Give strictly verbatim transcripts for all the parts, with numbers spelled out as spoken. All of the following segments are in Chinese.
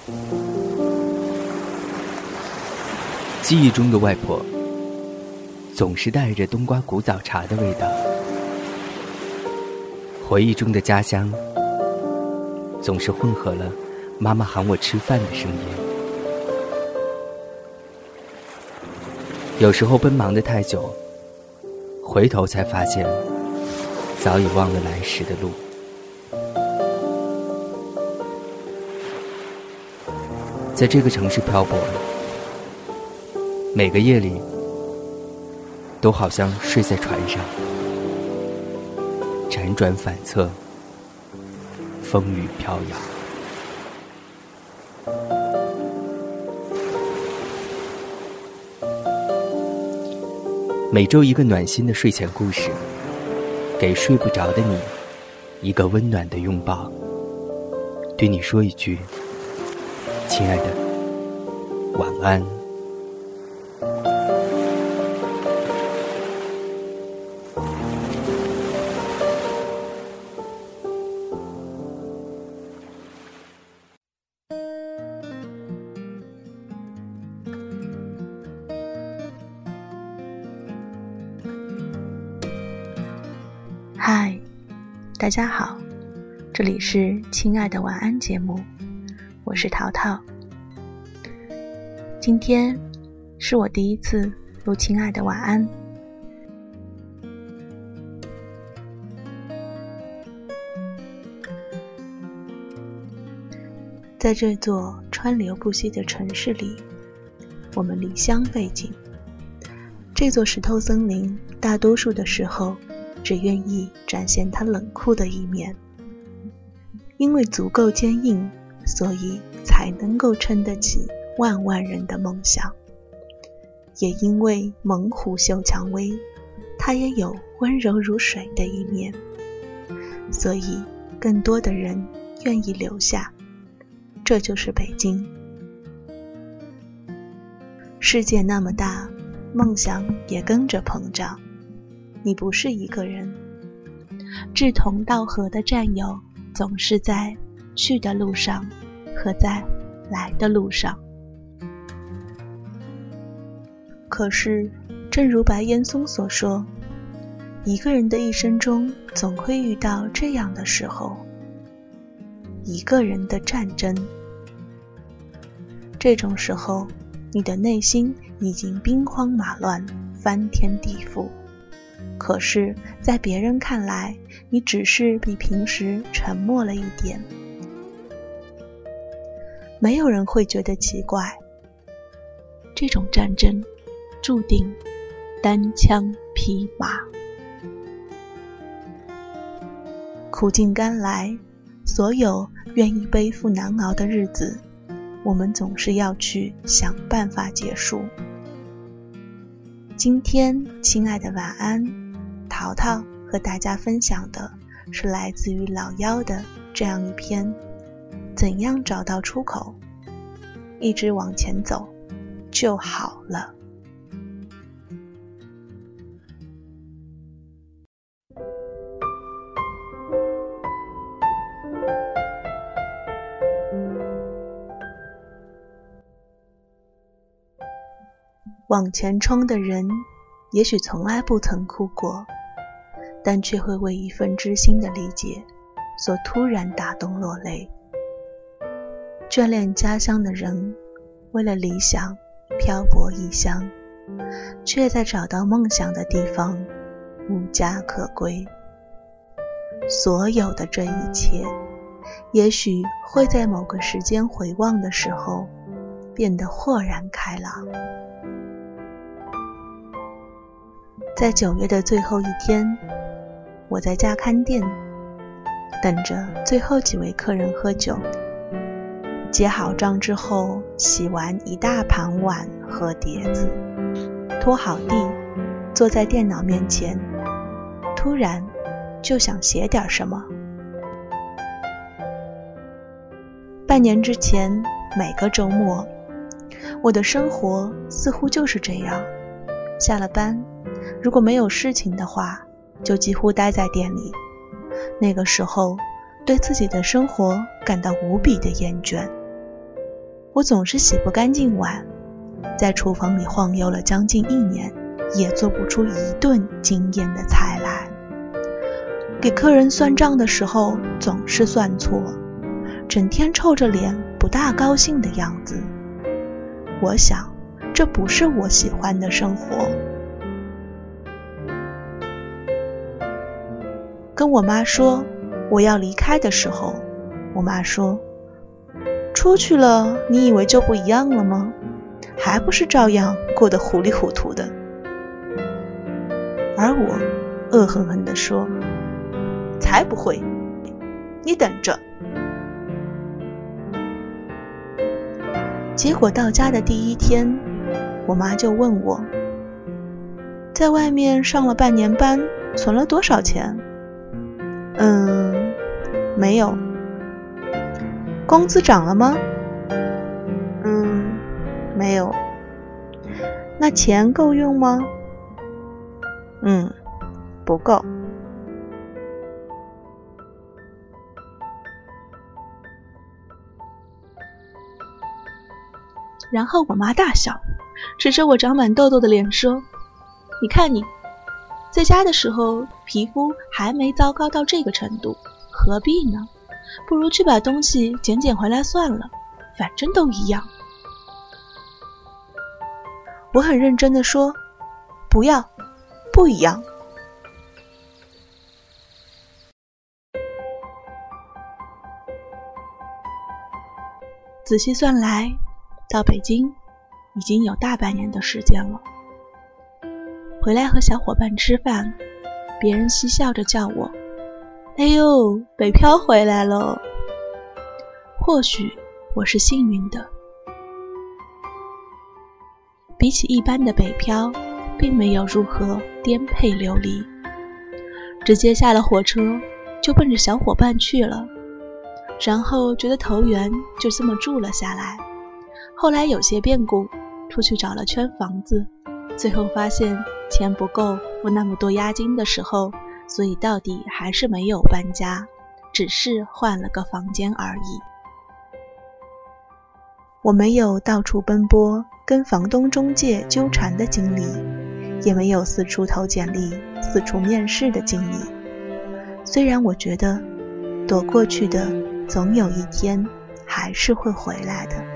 记忆中的外婆总是带着冬瓜古早茶的味道，回忆中的家乡总是混合了妈妈喊我吃饭的声音。有时候奔忙得太久，回头才发现早已忘了来时的路。在这个城市漂泊，每个夜里都好像睡在船上，辗转反侧，风雨飘摇。每周一个暖心的睡前故事，给睡不着的你一个温暖的拥抱，对你说一句亲爱的晚安。 嗨，大家好，这里是亲爱的晚安节目，我是淘淘。今天是我第一次录亲爱的晚安。在这座川流不息的城市里，我们离乡背井，这座石头森林大多数的时候只愿意展现它冷酷的一面，因为足够坚硬，所以才能够撑得起万万人的梦想。也因为猛虎嗅蔷薇，它也有温柔如水的一面，所以更多的人愿意留下。这就是北京。世界那么大，梦想也跟着膨胀。你不是一个人，志同道合的战友总是在去的路上和在来的路上。可是正如白岩松所说，一个人的一生中总会遇到这样的时候，一个人的战争。这种时候，你的内心已经兵荒马乱，翻天地覆，可是在别人看来，你只是比平时沉默了一点。没有人会觉得奇怪，这种战争注定单枪匹马。苦尽甘来，所有愿意背负难熬的日子，我们总是要去想办法结束。今天亲爱的晚安，淘淘和大家分享的是来自于老幺的这样一篇怎样找到出口，一直往前走就好了。往前冲的人也许从来不曾哭过，但却会为一份知心的理解所突然打动落泪。眷恋家乡的人，为了理想漂泊异乡，却在找到梦想的地方无家可归。所有的这一切，也许会在某个时间回望的时候变得豁然开朗。在九月的最后一天，我在家看店，等着最后几位客人喝酒。结好账之后，洗完一大盘碗和碟子，拖好地，坐在电脑面前，突然就想写点什么。半年之前，每个周末，我的生活似乎就是这样，下了班，如果没有事情的话，就几乎待在店里。那个时候，对自己的生活感到无比的厌倦。 我总是洗不干净碗，在厨房里晃悠了将近一年，也做不出一顿惊艳的菜来。给客人算账的时候总是算错，整天臭着脸不大高兴的样子。我想这不是我喜欢的生活。跟我妈说我要离开的时候，我妈说，出去了你以为就不一样了吗？还不是照样过得糊里糊涂的。而我恶狠狠地说，才不会，你等着。结果到家的第一天，我妈就问我，在外面上了半年班，存了多少钱？嗯，没有。工资涨了吗？嗯，没有。那钱够用吗？嗯，不够。然后我妈大笑，指着我长满痘痘的脸说，你看你，在家的时候皮肤还没糟糕到这个程度，何必呢？不如去把东西捡捡回来算了，反正都一样。我很认真地说，不要，不一样。仔细算来，到北京已经有大半年的时间了。回来和小伙伴吃饭，别人嬉笑着叫我，哎呦，北漂回来了。或许我是幸运的，比起一般的北漂，并没有如何颠沛流离，直接下了火车就奔着小伙伴去了，然后觉得投缘，就这么住了下来。后来有些变故，出去找了圈房子，最后发现钱不够付那么多押金的时候，所以到底还是没有搬家，只是换了个房间而已。我没有到处奔波跟房东中介纠缠的经历，也没有四处投简历四处面试的经历。虽然我觉得躲过去的总有一天还是会回来的。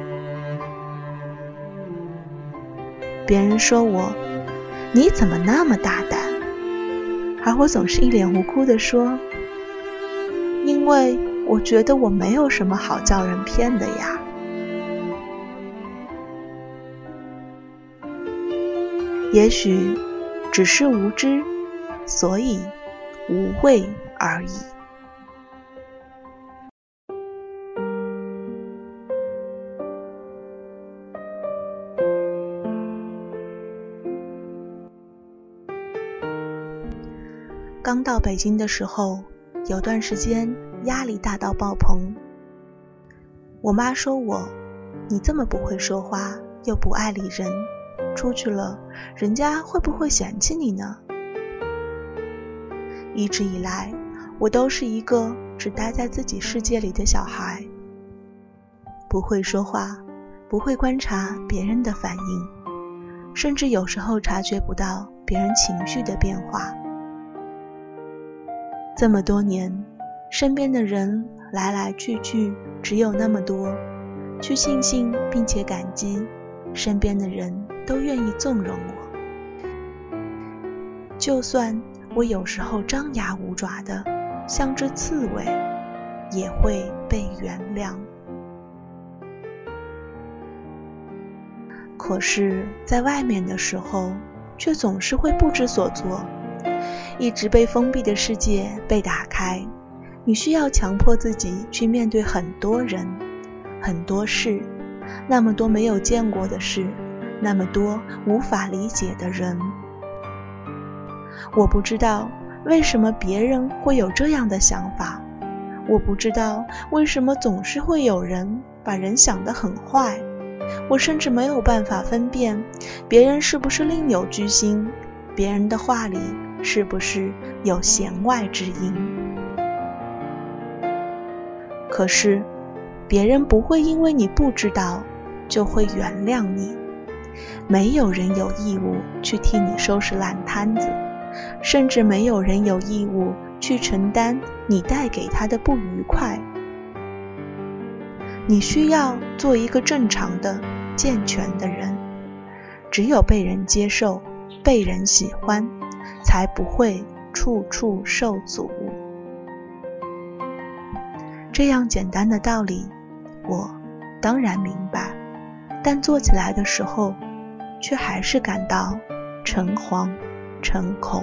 别人说我，你怎么那么大胆？而我总是一脸无辜地说，因为我觉得我没有什么好叫人骗的呀。也许只是无知，所以无畏而已。刚到北京的时候，有段时间压力大到爆棚。我妈说我，你这么不会说话，又不爱理人，出去了，人家会不会嫌弃你呢？一直以来，我都是一个只待在自己世界里的小孩，不会说话，不会观察别人的反应，甚至有时候察觉不到别人情绪的变化。这么多年，身边的人来来去去只有那么多，去庆幸并且感激身边的人都愿意纵容我。就算我有时候张牙舞爪的像只刺猬，也会被原谅。可是在外面的时候，却总是会不知所措。一直被封闭的世界被打开，你需要强迫自己去面对很多人，很多事，那么多没有见过的事，那么多无法理解的人。我不知道为什么别人会有这样的想法，我不知道为什么总是会有人把人想得很坏，我甚至没有办法分辨别人是不是另有居心，别人的话里是不是有弦外之音。可是别人不会因为你不知道就会原谅你。没有人有义务去替你收拾烂摊子，甚至没有人有义务去承担你带给他的不愉快。你需要做一个正常的、健全的人，只有被人接受、被人喜欢，才不会处处受阻。这样简单的道理，我当然明白，但做起来的时候，却还是感到诚惶诚恐。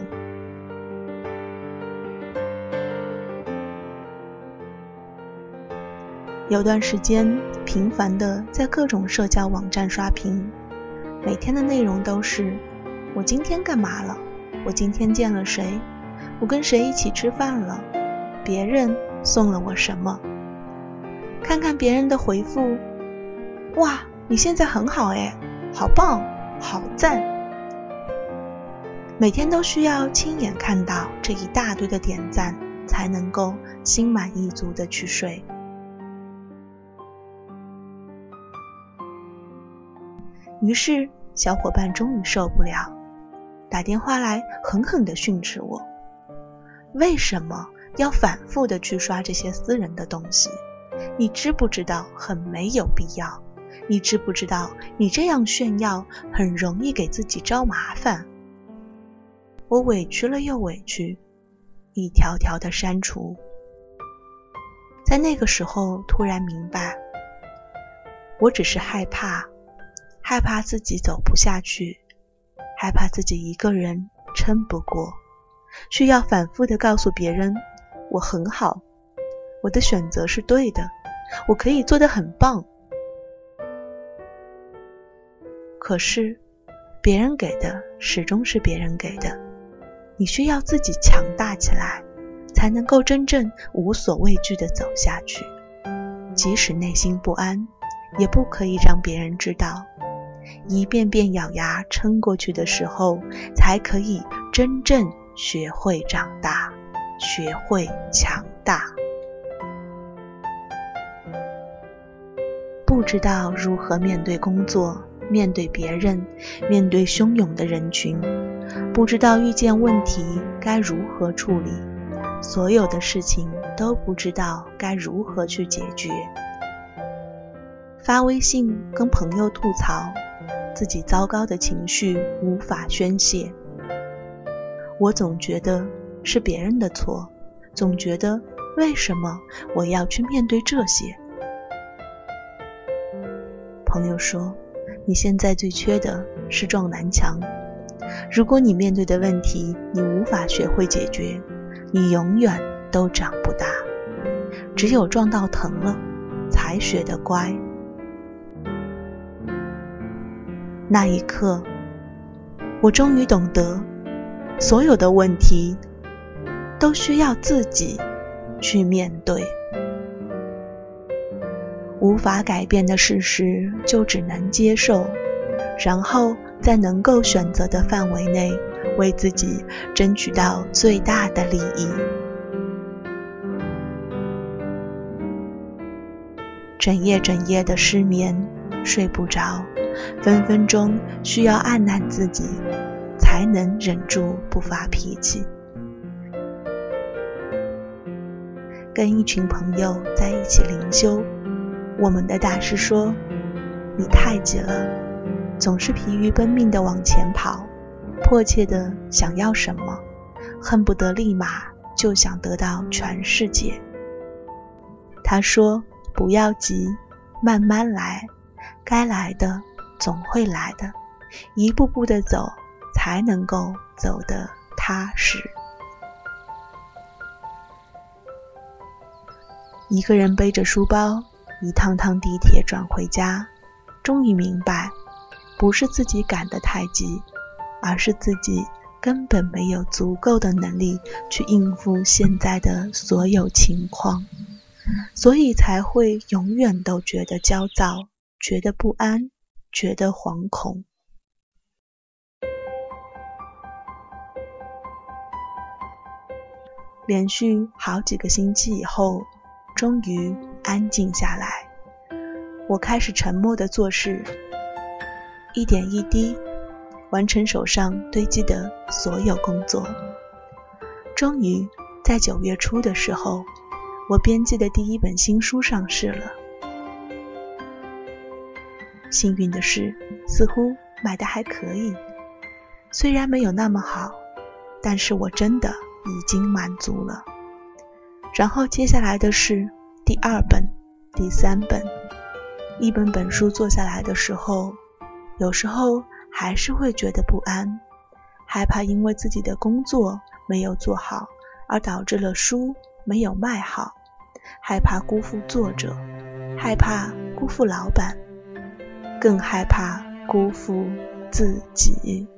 有段时间频繁地在各种社交网站刷屏，每天的内容都是我今天干嘛了，我今天见了谁，我跟谁一起吃饭了，别人送了我什么。看看别人的回复，哇，你现在很好诶，好棒，好赞。每天都需要亲眼看到这一大堆的点赞，才能够心满意足地去睡。于是小伙伴终于受不了，打电话来狠狠地训斥我，为什么要反复地去刷这些私人的东西？你知不知道很没有必要？你知不知道你这样炫耀很容易给自己招麻烦？我委屈了又委屈，一条条的删除。在那个时候突然明白，我只是害怕害怕自己走不下去，害怕自己一个人撑不过，需要反复地告诉别人我很好，我的选择是对的，我可以做得很棒。可是别人给的始终是别人给的，你需要自己强大起来，才能够真正无所畏惧地走下去。即使内心不安，也不可以让别人知道，一遍遍咬牙撑过去的时候，才可以真正学会长大，学会强大。不知道如何面对工作，面对别人，面对汹涌的人群，不知道遇见问题该如何处理，所有的事情都不知道该如何去解决。发微信跟朋友吐槽，自己糟糕的情绪无法宣泄。我总觉得是别人的错，总觉得为什么我要去面对这些？朋友说，你现在最缺的是撞南墙。如果你面对的问题你无法学会解决，你永远都长不大。只有撞到疼了，才学得乖。那一刻，我终于懂得，所有的问题都需要自己去面对。无法改变的事实就只能接受，然后在能够选择的范围内，为自己争取到最大的利益。整夜整夜的失眠，睡不着，分分钟需要按捺自己，才能忍住不发脾气。跟一群朋友在一起灵修，我们的大师说，你太急了，总是疲于奔命地往前跑，迫切地想要什么，恨不得立马就想得到全世界。他说，不要急，慢慢来，该来的总会来的，一步步地走，才能够走得踏实。一个人背着书包，一趟趟地铁转回家，终于明白，不是自己赶得太急，而是自己根本没有足够的能力去应付现在的所有情况，所以才会永远都觉得焦躁，觉得不安，觉得惶恐。连续好几个星期以后，终于安静下来， 我开始沉默地做事，一点一滴完成手上堆积的所有工作。终于在九月初的时候，我编辑的第一本新书上市了。幸运的是，似乎卖得还可以，虽然没有那么好，但是我真的已经满足了。然后接下来的是第二本、第三本，一本本书做下来的时候，有时候还是会觉得不安，害怕因为自己的工作没有做好，而导致了书没有卖好，害怕辜负作者，害怕辜负老板，更害怕辜负自己。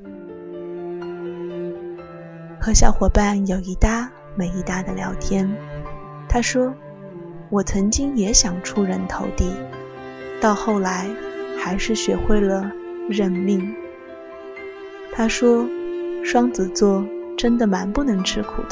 和小伙伴有一搭没一搭的聊天，他说，我曾经也想出人头地，到后来还是学会了认命。他说，双子座真的蛮不能吃苦的。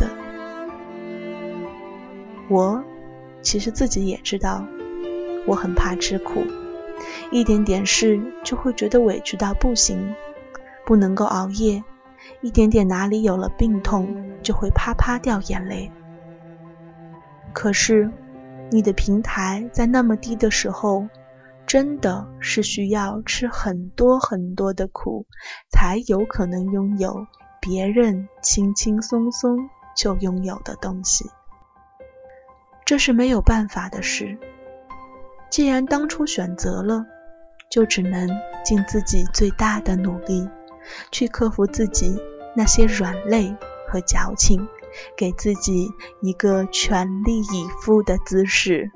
我其实自己也知道，我很怕吃苦，一点点事就会觉得委屈到不行，不能够熬夜，一点点哪里有了病痛就会啪啪掉眼泪。可是你的平台在那么低的时候，真的是需要吃很多很多的苦，才有可能拥有别人轻轻松松就拥有的东西。这是没有办法的事，既然当初选择了，就只能尽自己最大的努力，去克服自己那些软肋和矫情，给自己一个全力以赴的姿势。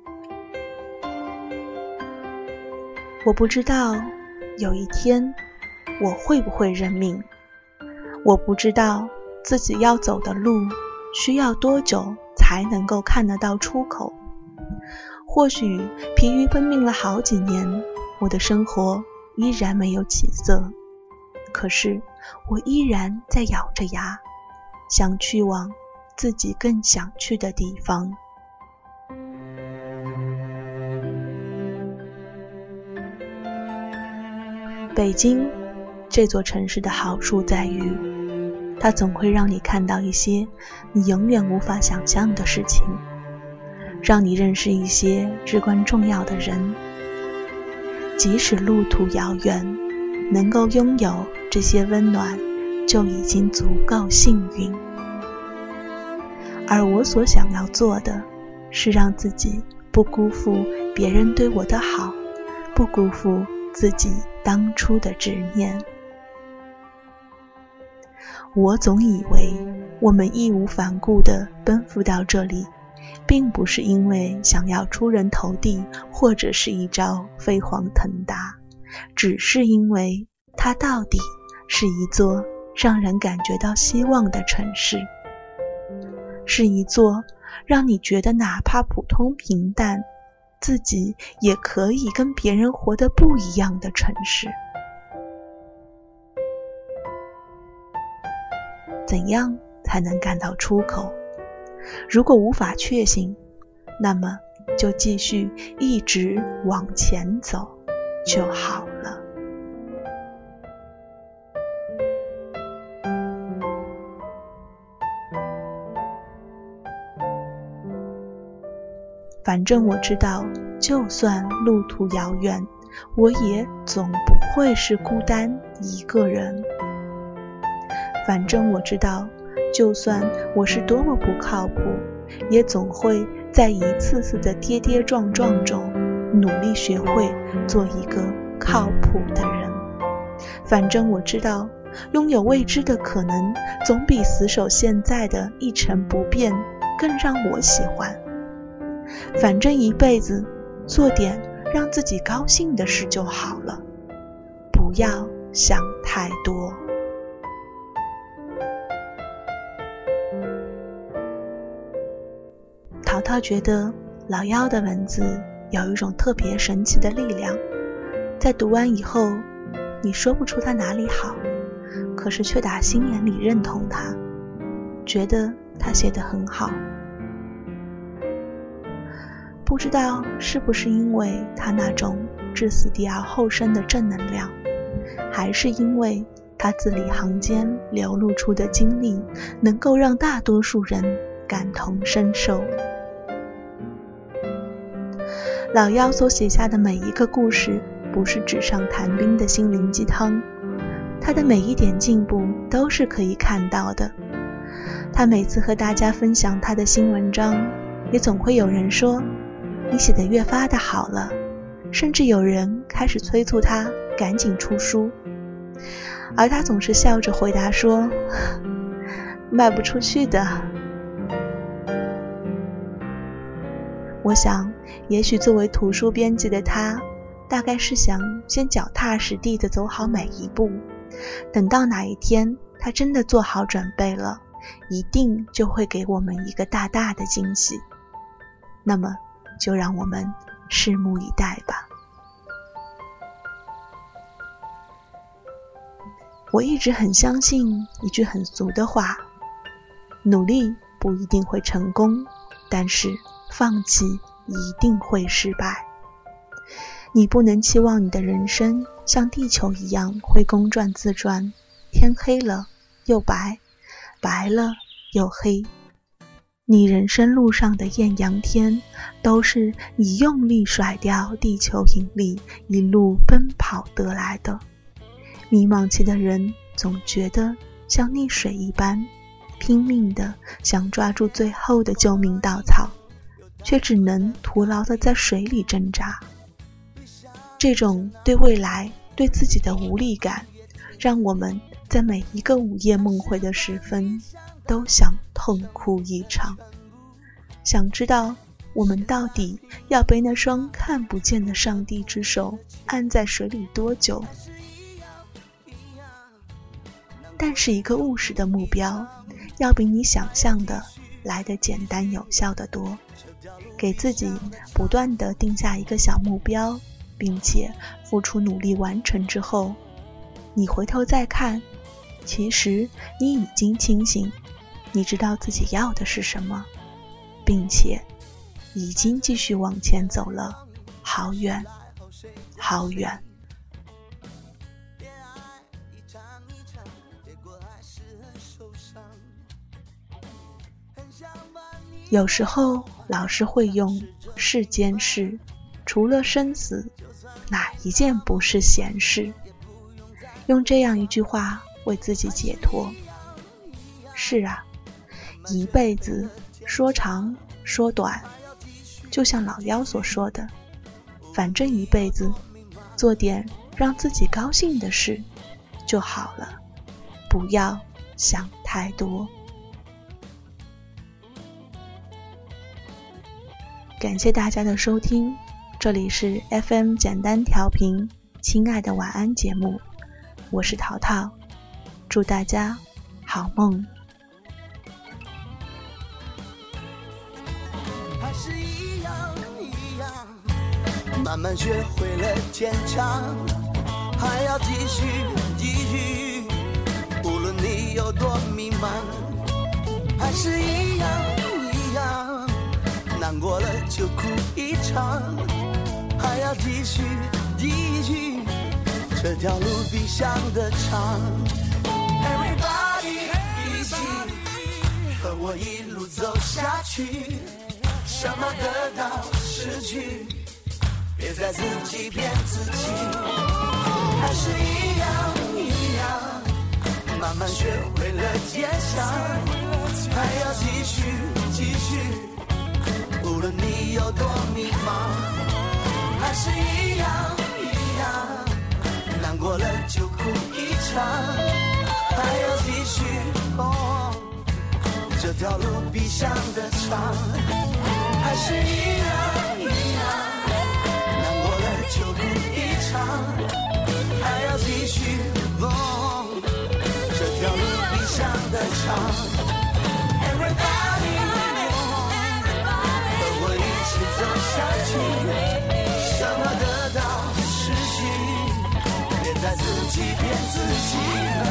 我不知道有一天我会不会认命，我不知道自己要走的路需要多久才能够看得到出口。或许疲于奔命了好几年，我的生活依然没有起色，可是我依然在咬着牙，想去往自己更想去的地方。北京这座城市的好处在于，它总会让你看到一些你永远无法想象的事情，让你认识一些至关重要的人。即使路途遥远，能够拥有这些温暖，就已经足够幸运。而我所想要做的，是让自己不辜负别人对我的好，不辜负自己当初的执念。我总以为我们义无反顾地奔赴到这里，并不是因为想要出人头地，或者是一朝飞黄腾达，只是因为它到底是一座让人感觉到希望的城市，是一座让你觉得哪怕普通平淡，自己也可以跟别人活得不一样的城市。怎样才能感到出口？如果无法确信，那么就继续一直往前走就好了。反正我知道，就算路途遥远，我也总不会是孤单一个人。反正我知道，就算我是多么不靠谱，也总会在一次次的跌跌撞撞中，努力学会做一个靠谱的人。反正我知道，拥有未知的可能，总比死守现在的一成不变更让我喜欢。反正一辈子做点让自己高兴的事就好了，不要想太多。淘淘觉得老幺的文字有一种特别神奇的力量，在读完以后，你说不出它哪里好，可是却打心眼里认同它，觉得他写得很好。 不知道是不是因为他那种至死地而后生的正能量，还是因为他字里行间流露出的经历能够让大多数人感同身受。老妖所写下的每一个故事，不是纸上谈兵的心灵鸡汤，他的每一点进步都是可以看到的。他每次和大家分享他的新文章，也总会有人说，你写得越发的好了，甚至有人开始催促他赶紧出书，而他总是笑着回答说，卖不出去的。我想也许作为图书编辑的他，大概是想先脚踏实地地走好每一步，等到哪一天他真的做好准备了，一定就会给我们一个大大的惊喜。那么就让我们拭目以待吧。我一直很相信一句很俗的话，努力不一定会成功，但是放弃一定会失败。你不能期望你的人生像地球一样会公转自转，天黑了又白，白了又黑。你人生路上的艳阳天，都是你用力甩掉地球引力，一路奔跑得来的。迷茫期的人总觉得像溺水一般，拼命地想抓住最后的救命稻草，却只能徒劳地在水里挣扎。这种对未来、对自己的无力感，让我们在每一个午夜梦回的时分，都想痛哭一场。想知道我们到底要被那双看不见的上帝之手按在水里多久？但是一个务实的目标，要比你想象的来得简单有效得多。给自己不断地定下一个小目标，并且付出努力完成之后，你回头再看，其实你已经清醒，你知道自己要的是什么，并且已经继续往前走了好远好远。有时候老是会用世间事，除了生死，哪一件不是闲事？用这样一句话为自己解脱。是啊，一辈子说长说短，就像老妖所说的，反正一辈子做点让自己高兴的事就好了，不要想太多。感谢大家的收听，这里是 F M 简单调频亲爱的晚安节目，我是淘淘，祝大家好梦。 还是一样一样，慢慢学会了坚强，还要继续继续，无论你有多迷茫。还是一样一样，难过了就哭一场，还要继续继续，这条路比想的长。 Everybody 一起和我一路走下去，什么得到失去，别再自己骗自己。还是一样一样，慢慢学会了坚强，还要继续继续，无论你有多迷茫。还是一样一样，难过了就哭一场，还要继续哦，这条路比想的长。还是一样一样，难过了就哭一场，还要继续哦，这条路比想的长。Everybody 和我一起走下去，什么得到失去，别再自己骗自己。